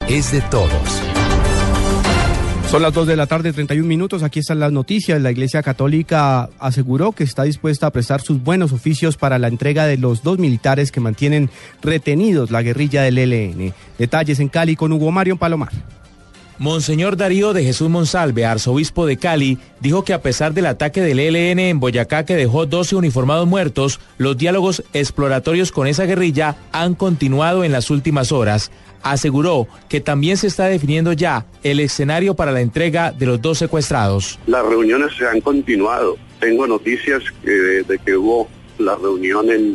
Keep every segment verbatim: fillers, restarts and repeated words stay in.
es de todos. Son las dos de la tarde, treinta y un minutos, aquí están las noticias. La Iglesia Católica aseguró que está dispuesta a prestar sus buenos oficios para la entrega de los dos militares que mantienen retenidos la guerrilla del E L N. Detalles en Cali con Hugo Mario Palomar. Monseñor Darío de Jesús Monsalve, arzobispo de Cali, dijo que a pesar del ataque del E L N en Boyacá que dejó doce uniformados muertos, los diálogos exploratorios con esa guerrilla han continuado en las últimas horas. Aseguró que también se está definiendo ya el escenario para la entrega de los dos secuestrados. Las reuniones se han continuado. Tengo noticias eh, de que hubo la reunión en,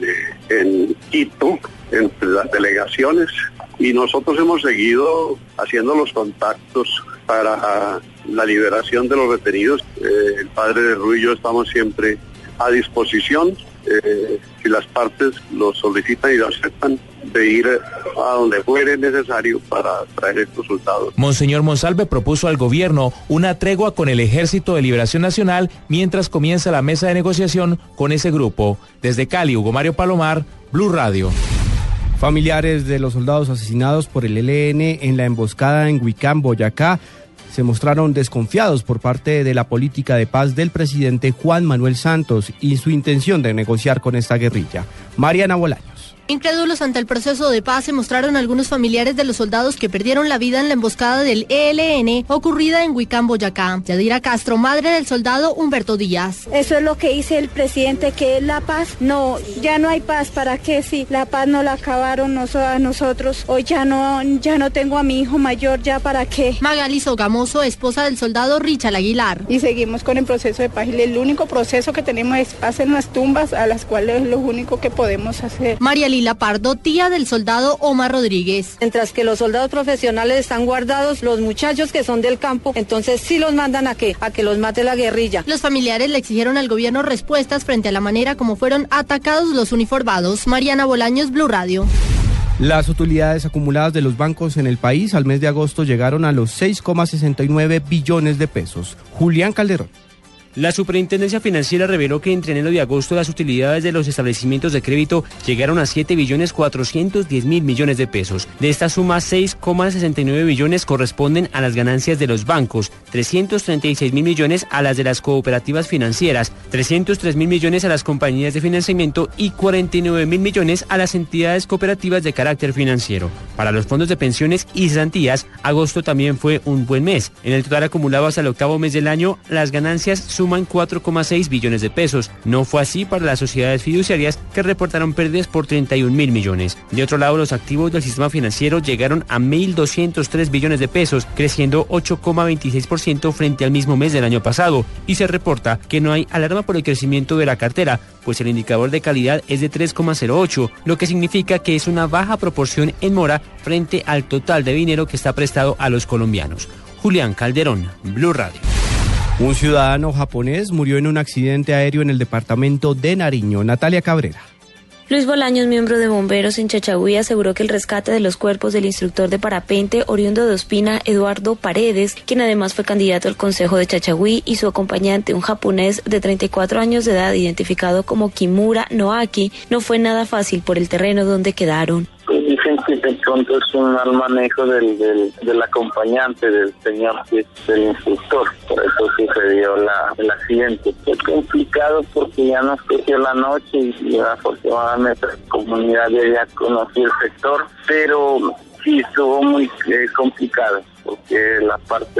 en Quito entre las delegaciones y nosotros hemos seguido haciendo los contactos para la liberación de los retenidos. Eh, el padre de Ruy y yo estamos siempre a disposición, eh, si las partes lo solicitan y lo aceptan, de ir a donde fuere necesario para traer estos resultados. Monseñor Monsalve propuso al gobierno una tregua con el Ejército de Liberación Nacional mientras comienza la mesa de negociación con ese grupo. Desde Cali, Hugo Mario Palomar, Blue Radio. Familiares de los soldados asesinados por el E L N en la emboscada en Huicán, Boyacá, se mostraron desconfiados por parte de la política de paz del presidente Juan Manuel Santos y su intención de negociar con esta guerrilla. Mariana Bolaños. Incrédulos ante el proceso de paz se mostraron algunos familiares de los soldados que perdieron la vida en la emboscada del E L N ocurrida en Huicán, Boyacá. Yadira Castro, madre del soldado Humberto Díaz. Eso es lo que dice el presidente, que es la paz. No, ya no hay paz. ¿Para qué? Si la paz no la acabaron a nosotros. Hoy ya no, ya no tengo a mi hijo mayor, ¿ya para qué? Magali Sogamoso, esposa del soldado Richard Aguilar. Y seguimos con el proceso de paz. El único proceso que tenemos es paz en las tumbas, a las cuales es lo único que podemos hacer. María Lila Pardo, tía del soldado Omar Rodríguez. Mientras que los soldados profesionales están guardados, los muchachos que son del campo, entonces sí los mandan a qué, a que los mate la guerrilla. Los familiares le exigieron al gobierno respuestas frente a la manera como fueron atacados los uniformados. Mariana Bolaños, Blue Radio. Las utilidades acumuladas de los bancos en el país al mes de agosto llegaron a los seis coma sesenta y nueve billones de pesos. Julián Calderón. La Superintendencia Financiera reveló que entre enero y agosto las utilidades de los establecimientos de crédito llegaron a siete billones cuatrocientos diez mil millones de pesos. De esta suma, seis coma sesenta y nueve billones corresponden a las ganancias de los bancos, trescientos treinta y seis mil millones a las de las cooperativas financieras, trescientos tres mil millones a las compañías de financiamiento y cuarenta y nueve mil millones a las entidades cooperativas de carácter financiero. Para los fondos de pensiones y cesantías, agosto también fue un buen mes. En el total acumulado hasta el octavo mes del año, las ganancias suman cuatro coma seis billones de pesos. No fue así para las sociedades fiduciarias, que reportaron pérdidas por treinta y un mil millones. De otro lado, los activos del sistema financiero llegaron a mil doscientos tres billones de pesos, creciendo ocho coma veintiséis por ciento frente al mismo mes del año pasado, y se reporta que no hay alarma por el crecimiento de la cartera, pues el indicador de calidad es de tres coma cero ocho, lo que significa que es una baja proporción en mora frente al total de dinero que está prestado a los colombianos. Julián Calderón, Blue Radio. Un ciudadano japonés murió en un accidente aéreo en el departamento de Nariño. Natalia Cabrera. Luis Bolaños, miembro de bomberos en Chachagüí, aseguró que el rescate de los cuerpos del instructor de parapente oriundo de Ospina, Eduardo Paredes, quien además fue candidato al Consejo de Chachagüí, y su acompañante, un japonés de treinta y cuatro años de edad, identificado como Kimura Noaki, no fue nada fácil por el terreno donde quedaron. Pues dicen que de pronto es un mal manejo del, del, del acompañante, del señor, del instructor. Por eso sucedió la, el accidente. Fue complicado porque ya nos cogió la noche y afortunadamente la comunidad ya conocía el sector, pero sí estuvo muy eh, complicado porque la parte,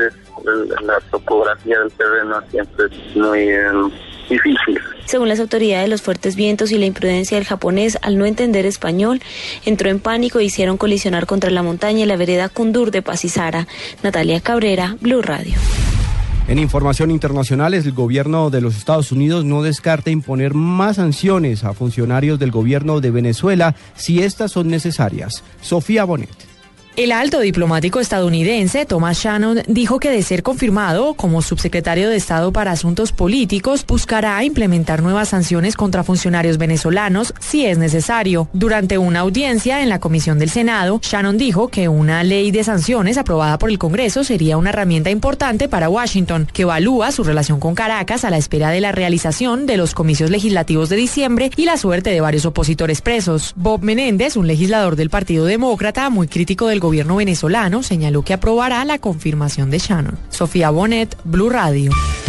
la topografía del terreno siempre es muy eh, difícil. Según las autoridades, los fuertes vientos y la imprudencia del japonés al no entender español entró en pánico e hicieron colisionar contra la montaña y la vereda Cundur de Pasisara. Natalia Cabrera, Blue Radio. En información internacional, el gobierno de los Estados Unidos no descarta imponer más sanciones a funcionarios del gobierno de Venezuela si estas son necesarias. Sofía Bonet. El alto diplomático estadounidense Thomas Shannon dijo que, de ser confirmado como subsecretario de Estado para Asuntos Políticos, buscará implementar nuevas sanciones contra funcionarios venezolanos si es necesario. Durante una audiencia en la Comisión del Senado, Shannon dijo que una ley de sanciones aprobada por el Congreso sería una herramienta importante para Washington, que evalúa su relación con Caracas a la espera de la realización de los comicios legislativos de diciembre y la suerte de varios opositores presos. Bob Menéndez, un legislador del Partido Demócrata muy crítico del gobierno venezolano señaló que aprobará la confirmación de Shannon. Sofía Bonet, Blue Radio.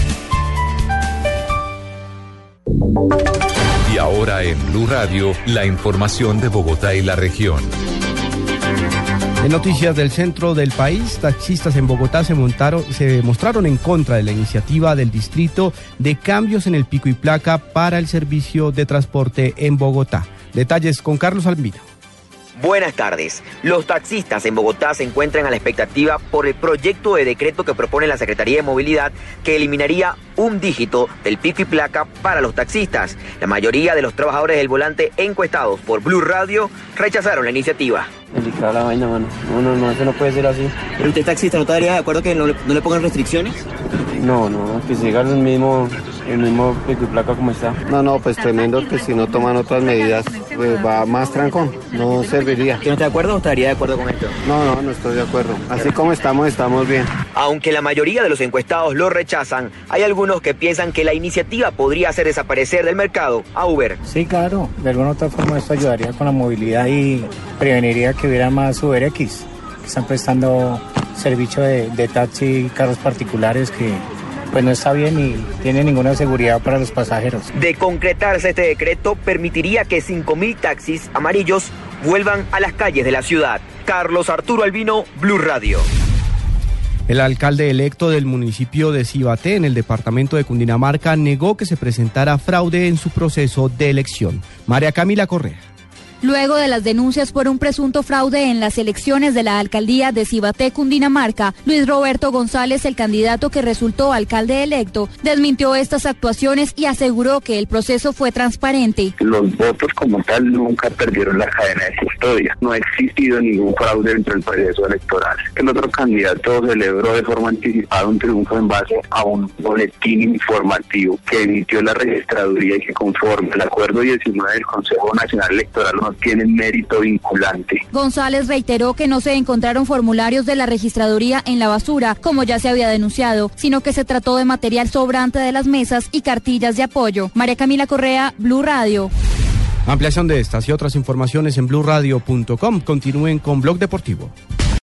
Y ahora en Blue Radio, la información de Bogotá y la región. En noticias del centro del país, taxistas en Bogotá se, montaron, se mostraron en contra de la iniciativa del distrito de cambios en el pico y placa para el servicio de transporte en Bogotá. Detalles con Carlos Albino. Buenas tardes. Los taxistas en Bogotá se encuentran a la expectativa por el proyecto de decreto que propone la Secretaría de Movilidad que eliminaría un dígito del pico y placa para los taxistas. La mayoría de los trabajadores del volante encuestados por Blue Radio rechazaron la iniciativa. Delicada la vaina, mano. No, no, no, eso no puede ser así. ¿Pero usted taxista no estaría de acuerdo que no le, no le pongan restricciones? No, no, que siga el mismo, el mismo pico y placa como está. No, no, pues tremendo que si no toman otras medidas pues va más trancón, no serviría. ¿Que no está de acuerdo o estaría de acuerdo con esto? No, no, no estoy de acuerdo. Así como estamos, estamos bien. Aunque la mayoría de los encuestados lo rechazan, hay algunos que piensan que la iniciativa podría hacer desaparecer del mercado a Uber. Sí, claro, de alguna otra forma esto ayudaría con la movilidad y preveniría que hubiera más UberX, que están prestando servicio de, de taxi y carros particulares que pues no está bien y tiene ninguna seguridad para los pasajeros. De concretarse este decreto, permitiría que cinco mil taxis amarillos vuelvan a las calles de la ciudad. Carlos Arturo Albino, Blue Radio. El alcalde electo del municipio de Cibaté, en el departamento de Cundinamarca, negó que se presentara fraude en su proceso de elección. María Camila Correa. Luego de las denuncias por un presunto fraude en las elecciones de la alcaldía de Cibaté, Cundinamarca, Luis Roberto González, el candidato que resultó alcalde electo, desmintió estas actuaciones y aseguró que el proceso fue transparente. Los votos como tal nunca perdieron la cadena de custodia. No ha existido ningún fraude dentro del proceso electoral. El otro candidato celebró de forma anticipada un triunfo en base a un boletín informativo que emitió la registraduría y que conforme al acuerdo diecinueve del Consejo Nacional Electoral no tienen mérito vinculante. González reiteró que no se encontraron formularios de la registraduría en la basura, como ya se había denunciado, sino que se trató de material sobrante de las mesas y cartillas de apoyo. María Camila Correa, Blue Radio. Ampliación de estas y otras informaciones en blue radio punto com. Continúen con Blog Deportivo.